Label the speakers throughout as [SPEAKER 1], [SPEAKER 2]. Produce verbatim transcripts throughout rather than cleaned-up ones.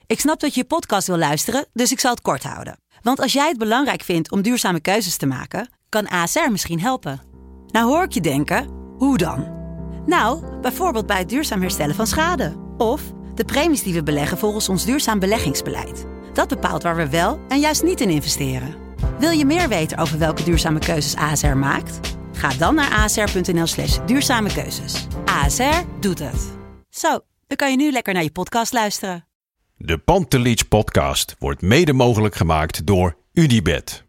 [SPEAKER 1] Ik snap dat je je podcast wil luisteren, dus ik zal het kort houden. Want als jij het belangrijk vindt om duurzame keuzes te maken, kan A S R misschien helpen. Nou hoor ik je denken, hoe dan? Nou, bijvoorbeeld bij het duurzaam herstellen van schade. Of de premies die we beleggen volgens ons duurzaam beleggingsbeleid. Dat bepaalt waar we wel en juist niet in investeren. Wil je meer weten over welke duurzame keuzes A S R maakt? Ga dan naar asr.nl slash duurzame keuzes. A S R doet het. Zo, dan kan je nu lekker naar je podcast luisteren.
[SPEAKER 2] De Pantelich podcast wordt mede mogelijk gemaakt door Unibet.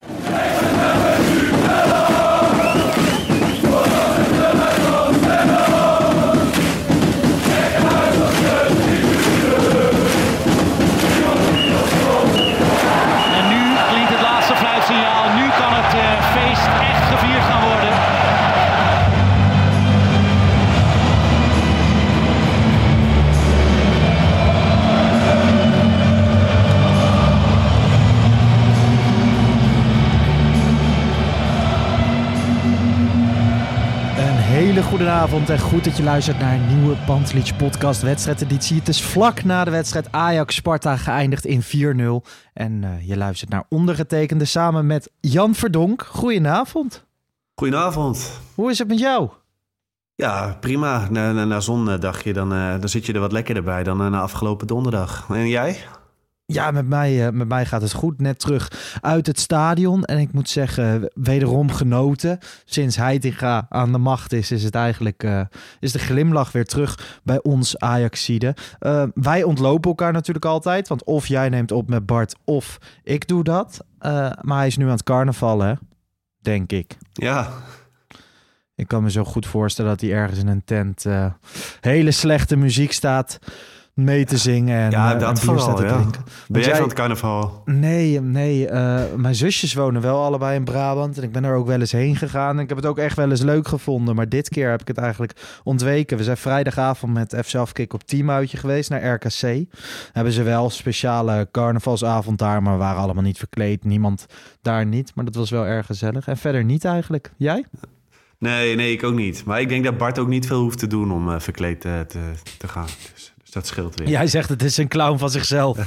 [SPEAKER 3] Hele goedenavond en goed dat je luistert naar een nieuwe Pantelich podcast wedstrijdeditie. Het is vlak na de wedstrijd Ajax-Sparta geëindigd in vier nul. En uh, je luistert naar ondergetekende samen met Jan Verdonk. Goedenavond.
[SPEAKER 4] Goedenavond.
[SPEAKER 3] Hoe is het met jou?
[SPEAKER 4] Ja, prima. Na, na, na zo'n dagje, dan, uh, dan zit je er wat lekkerder bij dan uh, na afgelopen donderdag. En jij?
[SPEAKER 3] Ja, met mij, uh, met mij gaat het goed. Net terug uit het stadion. En ik moet zeggen, wederom genoten. Sinds Heitinga aan de macht is, is het eigenlijk uh, is de glimlach weer terug bij ons Ajaxiden. Uh, wij ontlopen elkaar natuurlijk altijd. Want of jij neemt op met Bart of ik doe dat. Uh, maar hij is nu aan het carnavallen, hè? Denk ik.
[SPEAKER 4] Ja.
[SPEAKER 3] Ik kan me zo goed voorstellen dat hij ergens in een tent uh, hele slechte muziek staat mee te zingen en
[SPEAKER 4] ja,
[SPEAKER 3] uh,
[SPEAKER 4] dat
[SPEAKER 3] en bier staat te
[SPEAKER 4] ja.
[SPEAKER 3] drinken.
[SPEAKER 4] Ben jij
[SPEAKER 3] jij
[SPEAKER 4] van het carnaval?
[SPEAKER 3] Nee, nee. Uh, mijn zusjes wonen wel allebei in Brabant en ik ben er ook wel eens heen gegaan. En ik heb het ook echt wel eens leuk gevonden, maar dit keer heb ik het eigenlijk ontweken. We zijn vrijdagavond met F C Afkick op teamuitje geweest naar R K C. Hebben ze wel speciale carnavalsavond daar, maar we waren allemaal niet verkleed. Niemand daar niet, maar dat was wel erg gezellig. En verder niet eigenlijk. Jij?
[SPEAKER 4] Nee, nee, ik ook niet. Maar ik denk dat Bart ook niet veel hoeft te doen om uh, verkleed uh, te, te gaan. Dus, dus dat scheelt weer.
[SPEAKER 3] Jij zegt het is een clown van zichzelf.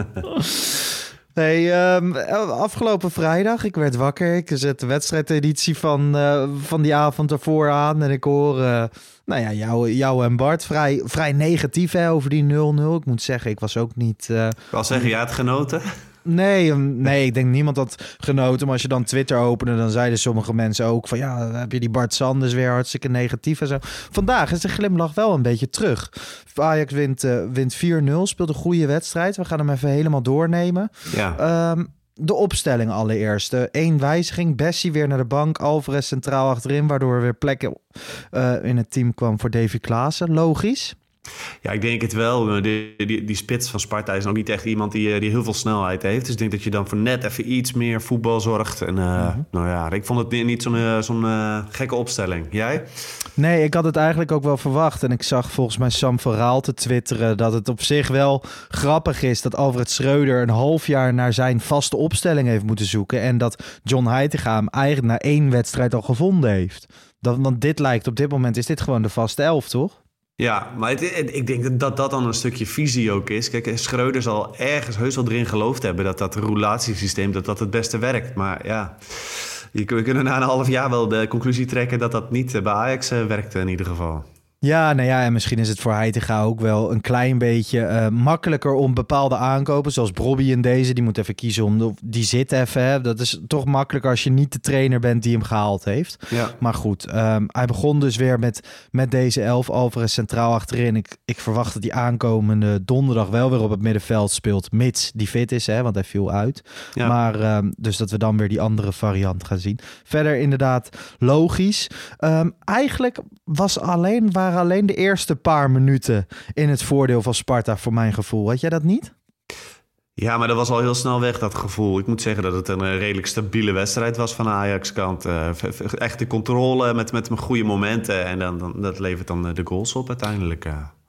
[SPEAKER 3] Nee, um, afgelopen vrijdag, ik werd wakker. Ik zet de wedstrijdeditie van, uh, van die avond ervoor aan. En ik hoor, uh, nou ja, jou, jou en Bart vrij, vrij negatief hè, over die nul nul. Ik moet zeggen, ik was ook niet... Uh,
[SPEAKER 4] ik wil zeggen, jij had genoten?
[SPEAKER 3] Nee, nee, ik denk niemand had genoten. Maar als je dan Twitter opende, dan zeiden sommige mensen ook van... ja, heb je die Bart Sanders weer hartstikke negatief en zo. Vandaag is de glimlach wel een beetje terug. Ajax wint, uh, wint vier nul, speelt een goede wedstrijd. We gaan hem even helemaal doornemen.
[SPEAKER 4] Ja.
[SPEAKER 3] Um, de opstelling allereerst. Eén wijziging, Bessie weer naar de bank. Alvarez centraal achterin, waardoor er weer plekken uh, in het team kwam voor Davy Klaassen. Logisch.
[SPEAKER 4] Ja, ik denk het wel. Die, die, die spits van Sparta is nog niet echt iemand die, die heel veel snelheid heeft. Dus ik denk dat je dan voor net even iets meer voetbal zorgt. En uh, mm-hmm. nou ja, ik vond het niet zo'n, zo'n uh, gekke opstelling. Jij?
[SPEAKER 3] Nee, ik had het eigenlijk ook wel verwacht. En ik zag volgens mij Sam van Raal te twitteren dat het op zich wel grappig is dat Alfred Schreuder een half jaar naar zijn vaste opstelling heeft moeten zoeken. En dat John Heitinga hem eigenlijk na één wedstrijd al gevonden heeft. Dat, want dit lijkt op dit moment, is dit gewoon de vaste elf, toch?
[SPEAKER 4] Ja, maar het, het, ik denk dat dat dan een stukje visie ook is. Kijk, Schreuder zal ergens heus wel erin geloofd hebben dat dat roulatiesysteem dat dat het beste werkt. Maar ja, we kunnen na een half jaar wel de conclusie trekken dat dat niet bij Ajax werkte in ieder geval.
[SPEAKER 3] Ja, nou ja, en misschien is het voor Heitinga ook wel een klein beetje uh, makkelijker om bepaalde aankopen, zoals Brobbey in deze, die moet even kiezen om, de, die zit even, hè. Dat is toch makkelijker als je niet de trainer bent die hem gehaald heeft.
[SPEAKER 4] Ja.
[SPEAKER 3] Maar goed, um, hij begon dus weer met, met deze elf, Alvarez centraal achterin. Ik, ik verwacht dat hij aankomende donderdag wel weer op het middenveld speelt, mits die fit is, hè, want hij viel uit. Ja. Maar um, dus dat we dan weer die andere variant gaan zien. Verder inderdaad logisch. Um, eigenlijk was alleen, waren alleen de eerste paar minuten in het voordeel van Sparta voor mijn gevoel. Had jij dat niet?
[SPEAKER 4] Ja, maar dat was al heel snel weg, dat gevoel. Ik moet zeggen dat het een redelijk stabiele wedstrijd was van de Ajax-kant. Uh, echt de controle met, met goede momenten. En dan, dan, dat levert dan de goals op uiteindelijk. Uh.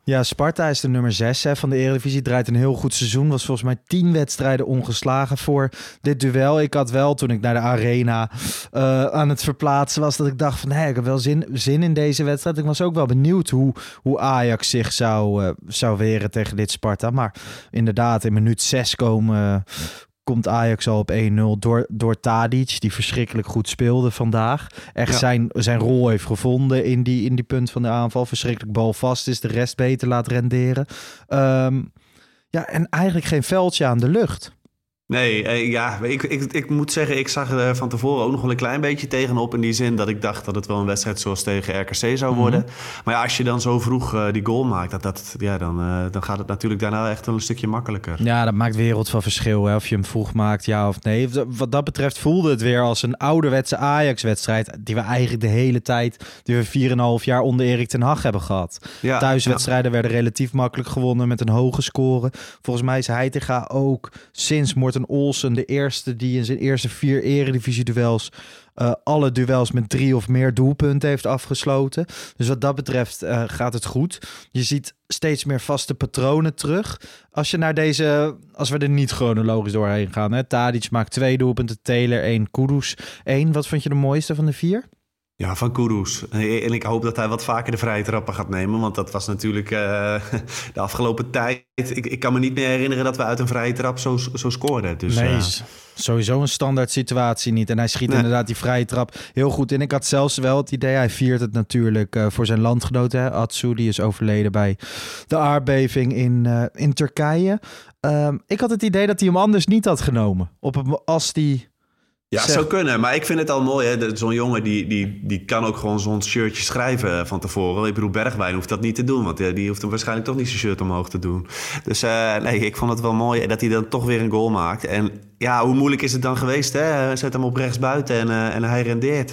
[SPEAKER 3] Ja, Sparta is de nummer zes hè, van de Eredivisie. Draait een heel goed seizoen. Was volgens mij tien wedstrijden ongeslagen voor dit duel. Ik had wel, toen ik naar de Arena uh, aan het verplaatsen was, dat ik dacht van, hé, ik heb wel zin, zin in deze wedstrijd. Ik was ook wel benieuwd hoe, hoe Ajax zich zou, uh, zou weren tegen dit Sparta. Maar inderdaad, in minuut zes komen... Uh, komt Ajax al op één nul door, door Tadic, die verschrikkelijk goed speelde vandaag. Echt ja. zijn, zijn rol heeft gevonden in die, in die punt van de aanval. Verschrikkelijk balvast is, de rest beter laat renderen. Um, ja, en eigenlijk geen veldje aan de lucht.
[SPEAKER 4] Nee, eh, ja, ik, ik, ik moet zeggen, ik zag er van tevoren ook nog wel een klein beetje tegenop. In die zin dat ik dacht dat het wel een wedstrijd zoals tegen R K C zou worden. Mm-hmm. Maar ja, als je dan zo vroeg uh, die goal maakt, dat, dat, ja, dan, uh, dan gaat het natuurlijk daarna echt wel een stukje makkelijker. Ja,
[SPEAKER 3] dat maakt wereld van verschil. Hè, of je hem vroeg maakt, ja of nee. Wat dat betreft voelde het weer als een ouderwetse Ajax-wedstrijd. Die we eigenlijk de hele tijd, die we vier en een half jaar onder Erik ten Hag hebben gehad. Ja, Thuiswedstrijden ja. werden relatief makkelijk gewonnen met een hoge score. Volgens mij is Heitinga ook sinds Morten Olsen de eerste die in zijn eerste vier Eredivisie-duels uh, alle duels met drie of meer doelpunten heeft afgesloten. Dus wat dat betreft uh, gaat het goed. Je ziet steeds meer vaste patronen terug. Als je naar deze, als we er niet chronologisch doorheen gaan. Hè? Tadic maakt twee doelpunten, Taylor één, Kudus één. Wat vond je de mooiste van de vier?
[SPEAKER 4] Ja, van Kudus. En ik hoop dat hij wat vaker de vrije trappen gaat nemen. Want dat was natuurlijk uh, de afgelopen tijd. Ik, ik kan me niet meer herinneren dat we uit een vrije trap zo, zo scoorden. Dus,
[SPEAKER 3] nee,
[SPEAKER 4] uh,
[SPEAKER 3] sowieso een standaard situatie niet. En hij schiet nee. inderdaad die vrije trap heel goed in. Ik had zelfs wel het idee, hij viert het natuurlijk uh, voor zijn landgenoten. Atsu, die is overleden bij de aardbeving in, uh, in Turkije. Um, ik had het idee dat hij hem anders niet had genomen. Op hem, als die...
[SPEAKER 4] Ja, het zou kunnen. Maar ik vind het al mooi. Hè? Zo'n jongen die, die, die kan ook gewoon zo'n shirtje schrijven van tevoren. Ik bedoel, Bergwijn hoeft dat niet te doen. Want die hoeft hem waarschijnlijk toch niet zijn shirt omhoog te doen. Dus uh, nee, ik vond het wel mooi dat hij dan toch weer een goal maakt. En ja, hoe moeilijk is het dan geweest? Hè? Zet hem op rechts buiten en, uh, en hij rendeert.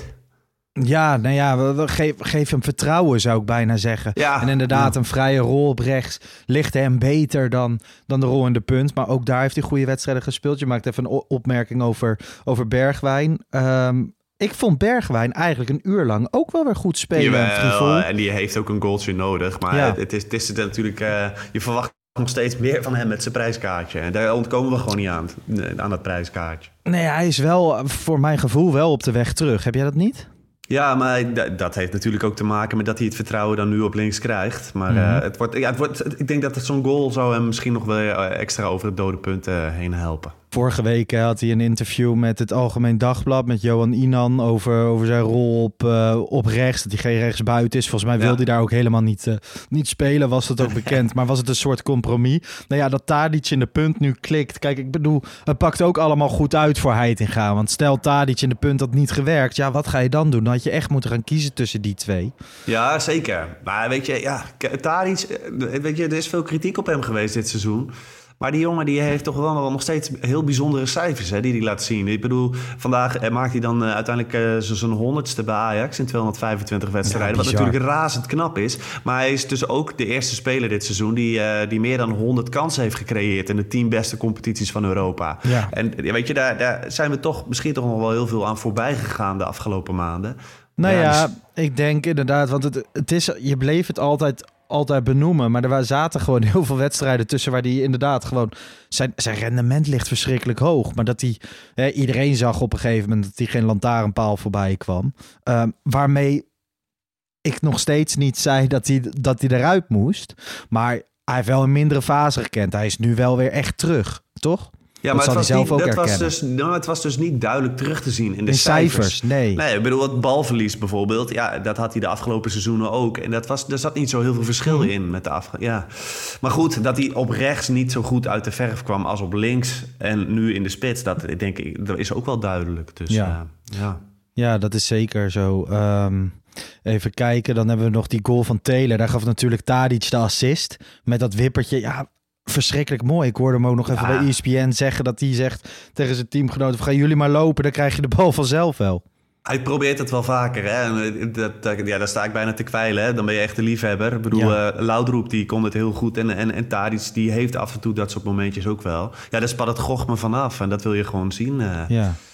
[SPEAKER 3] Ja, nou ja, we, geef, geef hem vertrouwen, zou ik bijna zeggen. Ja, en inderdaad, ja. een vrije rol op rechts ligt hem beter dan, dan de rol in de punt. Maar ook daar heeft hij goede wedstrijden gespeeld. Je maakt even een opmerking over, over Bergwijn. Um, ik vond Bergwijn eigenlijk een uur lang ook wel weer goed spelen.
[SPEAKER 4] Jawel, en die heeft ook een goaltje nodig. Maar ja. het, is, het is natuurlijk... Uh, je verwacht nog steeds meer van hem met zijn prijskaartje. En daar ontkomen we gewoon niet aan, aan dat prijskaartje.
[SPEAKER 3] Nee, hij is wel, voor mijn gevoel, wel op de weg terug. Heb jij dat niet?
[SPEAKER 4] Ja, maar d- dat heeft natuurlijk ook te maken met dat hij het vertrouwen dan nu op links krijgt. Maar mm-hmm. uh, het wordt, ja, het wordt, ik denk dat het zo'n goal zou hem misschien nog wel extra over het dode punt uh, heen helpen.
[SPEAKER 3] Vorige week had hij een interview met het Algemeen Dagblad met Johan Inan over, over zijn rol op, uh, op rechts. Dat hij geen rechtsbuiten is. Volgens mij wilde ja. hij daar ook helemaal niet, uh, niet spelen. Was dat ook bekend. Maar was het een soort compromis? Nou ja, dat Tadic in de punt nu klikt. Kijk, ik bedoel, het pakt ook allemaal goed uit voor Heitinga. Want stel Tadic in de punt had niet gewerkt. Ja, wat ga je dan doen? Dan had je echt moeten gaan kiezen tussen die twee.
[SPEAKER 4] Ja, zeker. Maar weet je, ja, Tadic, weet je, er is veel kritiek op hem geweest dit seizoen. Maar die jongen die heeft toch wel nog steeds heel bijzondere cijfers hè, die hij laat zien. Ik bedoel, vandaag maakt hij dan uh, uiteindelijk uh, zijn honderdste bij Ajax in tweehonderdvijfentwintig wedstrijden. Ja, wat natuurlijk razend knap is. Maar hij is dus ook de eerste speler dit seizoen die, uh, die meer dan honderd kansen heeft gecreëerd in de tien beste competities van Europa. Ja. En weet je, daar, daar zijn we toch misschien toch nog wel heel veel aan voorbij gegaan de afgelopen maanden.
[SPEAKER 3] Nou ja, ja dus... ik denk inderdaad, want het, het is, je bleef het altijd... altijd benoemen, maar er zaten gewoon heel veel wedstrijden tussen waar hij inderdaad gewoon zijn, zijn rendement ligt verschrikkelijk hoog, maar dat hij eh, iedereen zag op een gegeven moment dat hij geen lantaarnpaal voorbij kwam, um, waarmee ik nog steeds niet zei dat hij dat hij eruit moest, maar hij heeft wel een mindere fase gekend. Hij is nu wel weer echt terug, toch?
[SPEAKER 4] Ja, maar het was, niet, dat was, dus, nou, het was dus niet duidelijk terug te zien in de
[SPEAKER 3] in
[SPEAKER 4] cijfers.
[SPEAKER 3] cijfers. Nee.
[SPEAKER 4] Nee, ik bedoel, het balverlies bijvoorbeeld. Ja, dat had hij de afgelopen seizoenen ook. En dat was, er zat niet zo heel veel verschil mm. in met de afge... Ja. Maar goed, dat hij op rechts niet zo goed uit de verf kwam als op links. En nu in de spits, dat denk ik, dat is ook wel duidelijk. Dus,
[SPEAKER 3] ja.
[SPEAKER 4] Uh, ja.
[SPEAKER 3] ja, dat is zeker zo. Um, even kijken, dan hebben we nog die goal van Taylor. Daar gaf natuurlijk Tadic de assist met dat wippertje. Ja, verschrikkelijk mooi. Ik hoorde hem ook nog even ja. bij E S P N zeggen dat hij zegt tegen zijn teamgenoten: gaan jullie maar lopen, dan krijg je de bal vanzelf wel.
[SPEAKER 4] Hij probeert het wel vaker. Hè? Dat, dat, ja, daar sta ik bijna te kwijlen. Hè? Dan ben je echt een liefhebber. Ik bedoel, ja. uh, Laudrup die kon het heel goed. En, en, en Tadic die heeft af en toe dat soort momentjes ook wel. Ja, daar spat het goch me vanaf. En dat wil je gewoon zien. Uh.
[SPEAKER 3] Ja.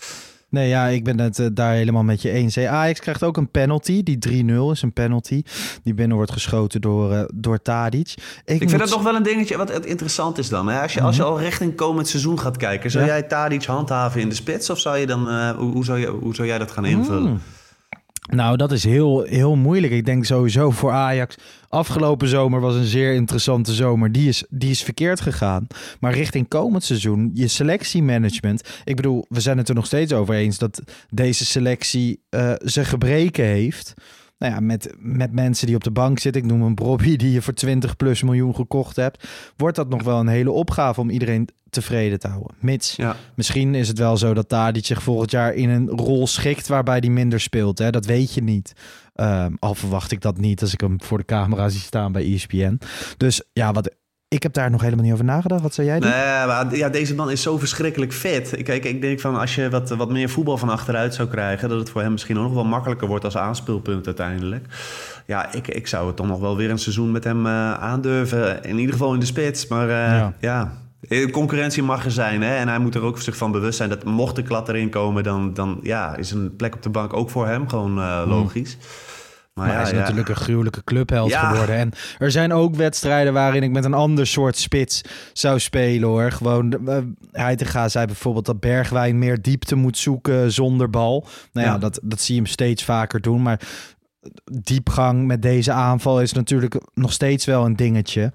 [SPEAKER 3] Nee, ja, ik ben het uh, daar helemaal met je eens. Hey, Ajax krijgt ook een penalty. Die drie nul is een penalty. Die binnen wordt geschoten door, uh, door Tadic. Ik,
[SPEAKER 4] ik
[SPEAKER 3] moet...
[SPEAKER 4] vind dat nog wel een dingetje wat interessant is dan. Hè? Als, je, mm-hmm. als je al richting komend seizoen gaat kijken... zou ja. jij Tadic handhaven in de spits? Of zou je dan, uh, hoe, hoe, zou je, hoe zou jij dat gaan invullen?
[SPEAKER 3] Mm. Nou, dat is heel, heel moeilijk. Ik denk sowieso voor Ajax... Afgelopen zomer was een zeer interessante zomer. Die is, die is verkeerd gegaan. Maar richting komend seizoen, je selectiemanagement... Ik bedoel, we zijn het er nog steeds over eens... dat deze selectie uh, zijn gebreken heeft... Nou ja, met, met mensen die op de bank zitten. Ik noem een Bobby die je voor twintig plus miljoen gekocht hebt. Wordt dat nog wel een hele opgave om iedereen tevreden te houden. Mits, ja. misschien is het wel zo dat Tadic zich volgend jaar in een rol schikt waarbij hij minder speelt. Hè? Dat weet je niet. Um, al verwacht ik dat niet als ik hem voor de camera zie staan bij E S P N. Dus ja, wat... Ik heb daar nog helemaal niet over nagedacht. Wat zou jij doen?
[SPEAKER 4] Nee, maar ja, deze man is zo verschrikkelijk fit. Kijk, ik denk van als je wat, wat meer voetbal van achteruit zou krijgen... dat het voor hem misschien ook nog wel makkelijker wordt als aanspeelpunt uiteindelijk. Ja, ik, ik zou het dan nog wel weer een seizoen met hem uh, aandurven. In ieder geval in de spits. Maar uh, ja... ja. Concurrentie mag er zijn, hè? En hij moet er ook zich van bewust zijn... dat mocht de klad erin komen... dan, dan ja, is een plek op de bank ook voor hem gewoon uh, logisch. Hmm.
[SPEAKER 3] Maar, maar ja, hij is ja. natuurlijk een gruwelijke clubheld ja. geworden. En er zijn ook wedstrijden waarin ik met een ander soort spits zou spelen, hoor. Gewoon, uh, Heitinga zei bijvoorbeeld dat Bergwijn meer diepte moet zoeken zonder bal. Nou ja, ja. Dat, dat zie je hem steeds vaker doen. Maar diepgang met deze aanval is natuurlijk nog steeds wel een dingetje.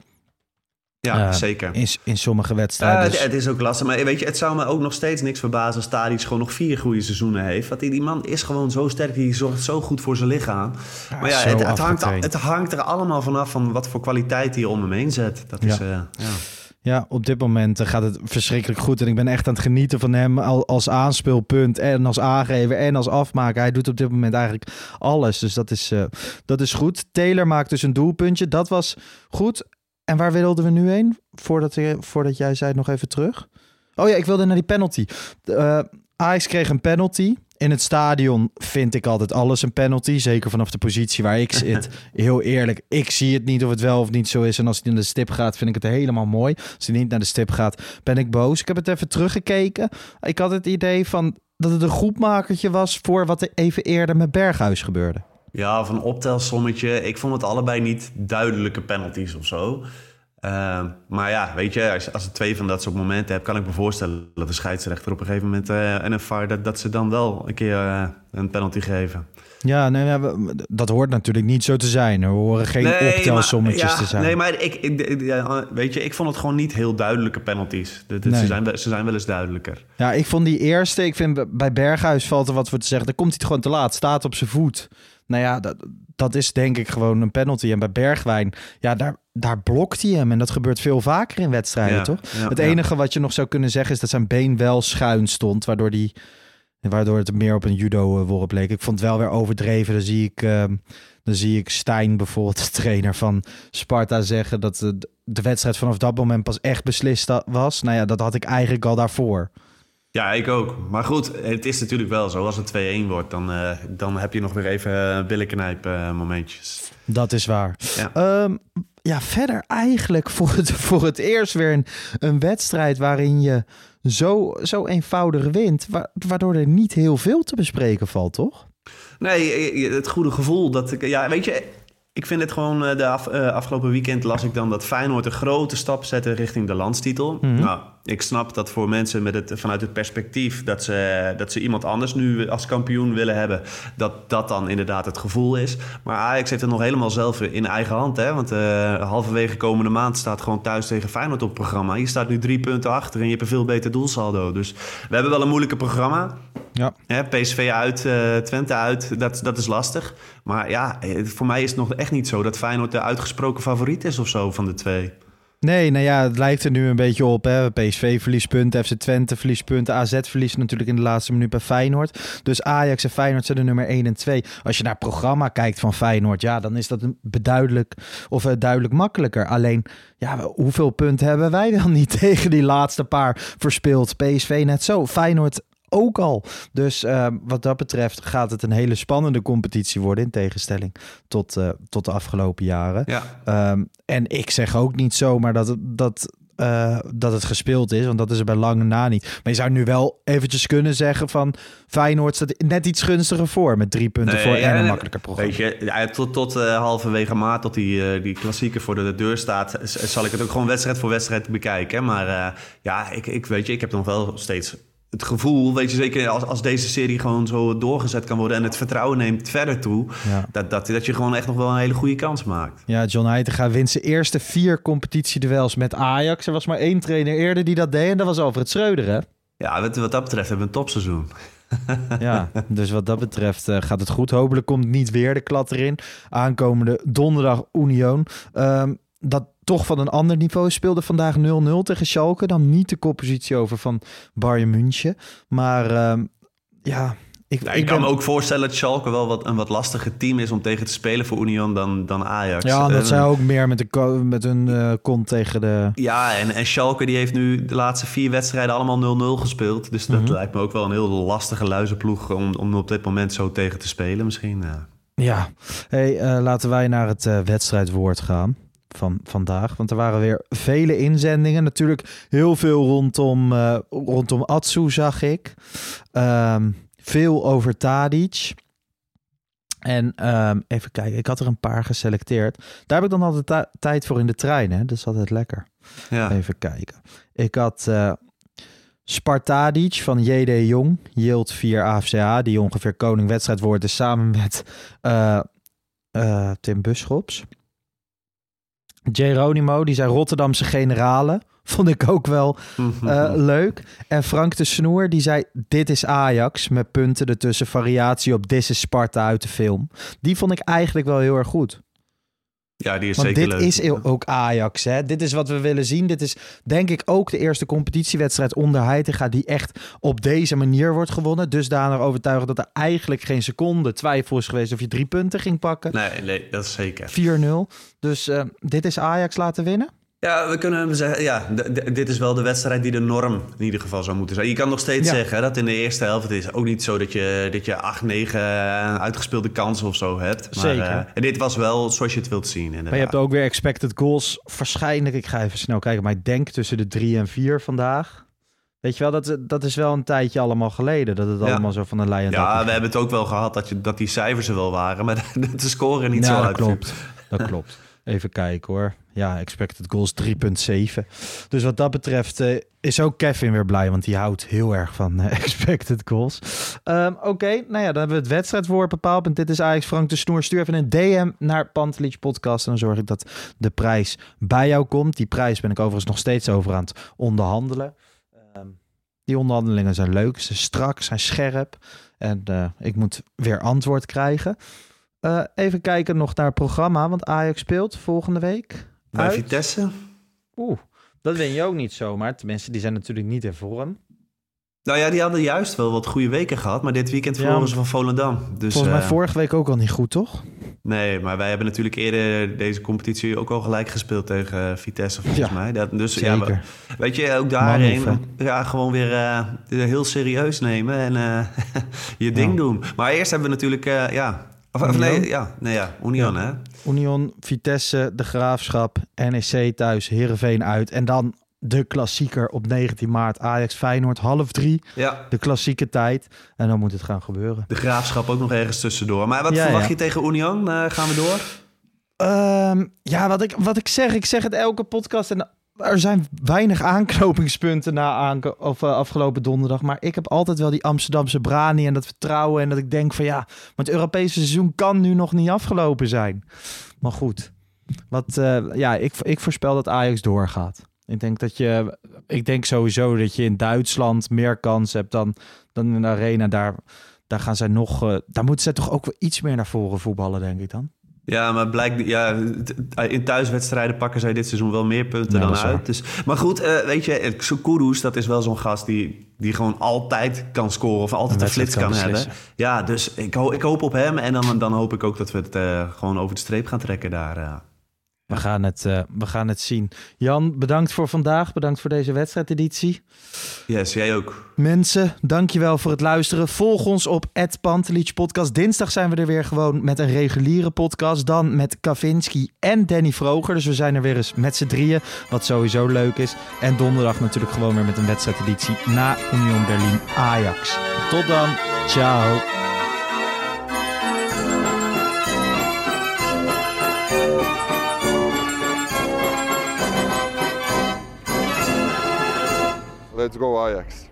[SPEAKER 4] Ja, uh, zeker.
[SPEAKER 3] In, in sommige wedstrijden.
[SPEAKER 4] Uh, dus... Het is ook lastig. Maar weet je, het zou me ook nog steeds niks verbazen als Tadic gewoon nog vier goede seizoenen heeft. Want die, die man is gewoon zo sterk. Die zorgt zo goed voor zijn lichaam. Ja, maar ja, het, het, hangt, het hangt er allemaal vanaf van wat voor kwaliteit hij om hem heen zet. Dat is, ja. Uh, ja.
[SPEAKER 3] Ja, op dit moment gaat het verschrikkelijk goed. En ik ben echt aan het genieten van hem als aanspeelpunt en als aangever en als afmaker. Hij doet op dit moment eigenlijk alles. Dus dat is, uh, dat is goed. Taylor maakt dus een doelpuntje. Dat was goed. En waar wilden we nu heen? Voordat, voordat jij zei nog even terug. Oh ja, ik wilde naar die penalty. Uh, Ajax kreeg een penalty. In het stadion vind ik altijd alles een penalty. Zeker vanaf de positie waar ik zit. Heel eerlijk, ik zie het niet of het wel of niet zo is. En als hij naar de stip gaat, vind ik het helemaal mooi. Als hij niet naar de stip gaat, ben ik boos. Ik heb het even teruggekeken. Ik had het idee van dat het een groepmakertje was... voor wat er even eerder met Berghuis gebeurde.
[SPEAKER 4] Ja, of een optelsommetje. Ik vond het allebei niet duidelijke penalties of zo. Uh, maar ja, weet je, als, als je twee van dat soort momenten hebt... kan ik me voorstellen dat de scheidsrechter op een gegeven moment... Uh, en een V A R, dat, dat ze dan wel een keer uh, een penalty geven.
[SPEAKER 3] Ja, nee, dat hoort natuurlijk niet zo te zijn. Er horen geen nee, optelsommetjes maar, ja, te zijn.
[SPEAKER 4] Nee, maar ik, ik, ja, weet je, ik vond het gewoon niet heel duidelijke penalties. De, de, nee. ze, zijn, ze zijn wel eens duidelijker.
[SPEAKER 3] Ja, ik vond die eerste... Ik vind bij Berghuis valt er wat voor te zeggen. Dan komt hij gewoon te laat, staat op zijn voet... Nou ja, dat, dat is denk ik gewoon een penalty. En bij Bergwijn, ja, daar, daar blokt hij hem. En dat gebeurt veel vaker in wedstrijden, ja, toch? Ja, het enige ja. wat je nog zou kunnen zeggen is dat zijn been wel schuin stond. Waardoor, die, waardoor het meer op een judo-worp leek. Ik vond het wel weer overdreven. Dan zie ik, uh, dan zie ik Stijn bijvoorbeeld, de trainer van Sparta, zeggen dat de, de wedstrijd vanaf dat moment pas echt beslist was. Nou ja, dat had ik eigenlijk al daarvoor.
[SPEAKER 4] Ja, ik ook. Maar goed, het is natuurlijk wel zo. Als het twee-een wordt, dan, uh, dan heb je nog weer even uh, billenknijp uh, momentjes.
[SPEAKER 3] Dat is waar. Ja, um, ja verder eigenlijk voor het, voor het eerst weer een, een wedstrijd... waarin je zo, zo eenvoudig wint... Wa- waardoor er niet heel veel te bespreken valt, toch?
[SPEAKER 4] Nee, het goede gevoel dat ik... Ja, weet je... Ik vind het gewoon, de af, uh, afgelopen weekend las ik dan dat Feyenoord een grote stap zette richting de landstitel. Mm-hmm. Nou, ik snap dat voor mensen met het, vanuit het perspectief dat ze, dat ze iemand anders nu als kampioen willen hebben, dat dat dan inderdaad het gevoel is. Maar Ajax heeft het nog helemaal zelf in eigen hand, hè? Want uh, halverwege komende maand staat gewoon thuis tegen Feyenoord op het programma. Je staat nu drie punten achter en je hebt een veel beter doelsaldo. Dus we hebben wel een moeilijke programma. Ja. Ja, P S V uit, uh, Twente uit, dat, dat is lastig. Maar ja, voor mij is het nog echt niet zo dat Feyenoord de uitgesproken favoriet is of zo van de twee.
[SPEAKER 3] Nee, nou ja, het lijkt er nu een beetje op. Hè? P S V verliest punten, F C Twente verliest punten, A Z verliest natuurlijk in de laatste minuut bij Feyenoord. Dus Ajax en Feyenoord zijn de nummer één en twee. Als je naar het programma kijkt van Feyenoord, ja, dan is dat een beduidelijk of uh, duidelijk makkelijker. Alleen, ja, hoeveel punten hebben wij wel niet tegen die laatste paar verspeeld? P S V net zo, Feyenoord ook al. Dus uh, wat dat betreft gaat het een hele spannende competitie worden in tegenstelling tot, uh, tot de afgelopen jaren. Ja. Um, en ik zeg ook niet zomaar dat, dat uh, dat het gespeeld is. Want dat is er bij lange na niet. Maar je zou nu wel eventjes kunnen zeggen van Feyenoord staat net iets gunstiger voor. Met drie punten nee, voor en ja, een makkelijker programma.
[SPEAKER 4] Weet je, ja, tot, tot uh, halverwege maart, tot die, uh, die klassieker voor de deur staat, zal ik het ook gewoon wedstrijd voor wedstrijd bekijken. Maar uh, ja, ik, ik weet je, ik heb nog wel steeds het gevoel, weet je zeker, als, als deze serie gewoon zo doorgezet kan worden en het vertrouwen neemt verder toe, ja. dat, dat, dat je gewoon echt nog wel een hele goede kans maakt.
[SPEAKER 3] Ja, John Heitinga wint zijn eerste vier competitieduels met Ajax. Er was maar één trainer eerder die dat deed en dat was Alfred Schreuder, hè?
[SPEAKER 4] Ja, wat, wat dat betreft hebben we een topseizoen.
[SPEAKER 3] Ja, dus wat dat betreft uh, gaat het goed. Hopelijk komt niet weer de klad erin. Aankomende donderdag Union. Um, dat toch van een ander niveau speelde vandaag nul nul tegen Schalke. Dan niet de koppositie over van Bayern München. Maar um, ja... Ik,
[SPEAKER 4] ja, ik,
[SPEAKER 3] ik
[SPEAKER 4] kan
[SPEAKER 3] ben...
[SPEAKER 4] me ook voorstellen dat Schalke wel wat, een wat lastiger team is om tegen te spelen voor Union dan, dan Ajax.
[SPEAKER 3] Ja, dat uh, zij ook meer met, de, met hun uh, kont tegen de...
[SPEAKER 4] Ja, en, en Schalke die heeft nu de laatste vier wedstrijden allemaal nul nul gespeeld. Dus dat mm-hmm. lijkt me ook wel een heel lastige luizenploeg om, om op dit moment zo tegen te spelen misschien. Ja,
[SPEAKER 3] ja. Hey, uh, laten wij naar het uh, wedstrijdwoord gaan van vandaag. Want er waren weer vele inzendingen. Natuurlijk heel veel rondom, uh, rondom Atsu, zag ik. Um, Veel over Tadic. En um, even kijken, ik had er een paar geselecteerd. Daar heb ik dan altijd ta- tijd voor in de trein, hè? Dat is altijd lekker. Ja. Even kijken. Ik had uh, Spartadic van J D Jong, Yield vier A F C H, die ongeveer koning wedstrijd wordt, samen met uh, uh, Tim Buschops. Geronimo, die zei Rotterdamse generalen. Vond ik ook wel uh, leuk. En Frank de Snoer, die zei... Dit is Ajax, met punten ertussen variatie op This is Sparta uit de film. Die vond ik eigenlijk wel heel erg goed.
[SPEAKER 4] Ja, die is
[SPEAKER 3] Want
[SPEAKER 4] zeker
[SPEAKER 3] dit
[SPEAKER 4] leuk.
[SPEAKER 3] is ook Ajax, hè. Dit is wat we willen zien. Dit is denk ik ook de eerste competitiewedstrijd onder Heitinga die echt op deze manier wordt gewonnen. Dusdanig overtuigend dat er eigenlijk geen seconde twijfel is geweest of je drie punten ging pakken.
[SPEAKER 4] Nee, nee, dat is zeker.
[SPEAKER 3] vier nul. Dus uh, dit is Ajax laten winnen?
[SPEAKER 4] Ja, we kunnen zeggen, ja, d- d- dit is wel de wedstrijd die de norm in ieder geval zou moeten zijn. Je kan nog steeds ja. zeggen dat in de eerste helft, het is ook niet zo dat je, dat je acht, negen uitgespeelde kansen of zo hebt. Maar,
[SPEAKER 3] Zeker.
[SPEAKER 4] Uh, en dit was wel zoals je het wilt zien. Inderdaad.
[SPEAKER 3] Maar je hebt ook weer expected goals. Waarschijnlijk, ik ga even snel kijken, maar ik denk tussen de drie en vier vandaag. Weet je wel, dat, dat is wel een tijdje allemaal geleden. Dat het ja. allemaal zo van een lei en
[SPEAKER 4] Ja, we
[SPEAKER 3] ging.
[SPEAKER 4] hebben het ook wel gehad dat, je, dat die cijfers er wel waren, maar dat de score niet
[SPEAKER 3] ja,
[SPEAKER 4] zo
[SPEAKER 3] dat
[SPEAKER 4] uit.
[SPEAKER 3] klopt. Dat klopt. Even kijken hoor. Ja, expected goals drie komma zeven. Dus wat dat betreft uh, is ook Kevin weer blij, want die houdt heel erg van uh, expected goals. Um, Oké, okay, nou ja, dan hebben we het wedstrijdwoord bepaald. En dit is Ajax Frank de Snoer. Stuur even een D M naar Pantelic Podcast en dan zorg ik dat de prijs bij jou komt. Die prijs ben ik overigens nog steeds over aan het onderhandelen. Um, die onderhandelingen zijn leuk, ze zijn strak, zijn scherp. En uh, ik moet weer antwoord krijgen. Uh, even kijken nog naar het programma, want Ajax speelt volgende week.
[SPEAKER 4] Bij Vitesse.
[SPEAKER 3] Oeh, dat win je ook niet zomaar. Tenminste, die zijn natuurlijk niet in vorm.
[SPEAKER 4] Nou ja, die hadden juist wel wat goede weken gehad, maar dit weekend verloren ja, ze van Volendam. Dus,
[SPEAKER 3] volgens mij
[SPEAKER 4] uh,
[SPEAKER 3] vorige week ook al niet goed, toch?
[SPEAKER 4] Nee, maar wij hebben natuurlijk eerder deze competitie ook al gelijk gespeeld tegen Vitesse, volgens ja, mij. Dat, dus
[SPEAKER 3] zeker.
[SPEAKER 4] Ja, maar, weet je, ook daarheen ja, gewoon weer uh, heel serieus nemen en uh, je ding ja. doen. Maar eerst hebben we natuurlijk, uh, ja... Of, of nee, ja, nee, ja, Union, ja. hè?
[SPEAKER 3] Union, Vitesse, De Graafschap, N E C thuis, Heerenveen uit. En dan de klassieker op negentien maart, Ajax Feyenoord, half drie. Ja. De klassieke tijd. En dan moet het gaan gebeuren.
[SPEAKER 4] De Graafschap ook nog ergens tussendoor. Maar wat
[SPEAKER 3] ja,
[SPEAKER 4] verwacht
[SPEAKER 3] ja.
[SPEAKER 4] je tegen Union? Uh, gaan we door?
[SPEAKER 3] Um, ja, wat ik, wat ik zeg, ik zeg het elke podcast en... Er zijn weinig aanknopingspunten na aanko- of, uh, afgelopen donderdag. Maar ik heb altijd wel die Amsterdamse brani en dat vertrouwen. En dat ik denk van ja, maar het Europese seizoen kan nu nog niet afgelopen zijn. Maar goed, wat, uh, ja, ik, ik voorspel dat Ajax doorgaat. Ik denk dat je, ik denk sowieso dat je in Duitsland meer kans hebt dan, dan in de arena. Daar, daar gaan zij nog, uh, daar moeten zij toch ook wel iets meer naar voren voetballen, denk ik dan.
[SPEAKER 4] Ja, maar blijkt, ja, in thuiswedstrijden pakken zij dit seizoen wel meer punten ja, dan uit. Dus, maar goed, uh, weet je, Kudus, dat is wel zo'n gast die, die gewoon altijd kan scoren of altijd een flits kan, kan hebben. Ja, dus ik, ho- ik hoop op hem en dan, dan hoop ik ook dat we het uh, gewoon over de streep gaan trekken daar. Uh.
[SPEAKER 3] We, gaan het, uh, we gaan het zien. Jan, bedankt voor vandaag. Bedankt voor deze wedstrijdeditie.
[SPEAKER 4] Yes, jij ook.
[SPEAKER 3] Mensen, dankjewel voor het luisteren. Volg ons op at Pantelic Podcast. Dinsdag zijn we er weer gewoon met een reguliere podcast. Dan met Kavinski en Danny Vroger. Dus we zijn er weer eens met z'n drieën. Wat sowieso leuk is. En donderdag natuurlijk gewoon weer met een wedstrijdeditie na Union Berlin Ajax. Tot dan. Ciao.
[SPEAKER 5] Let's go Ajax.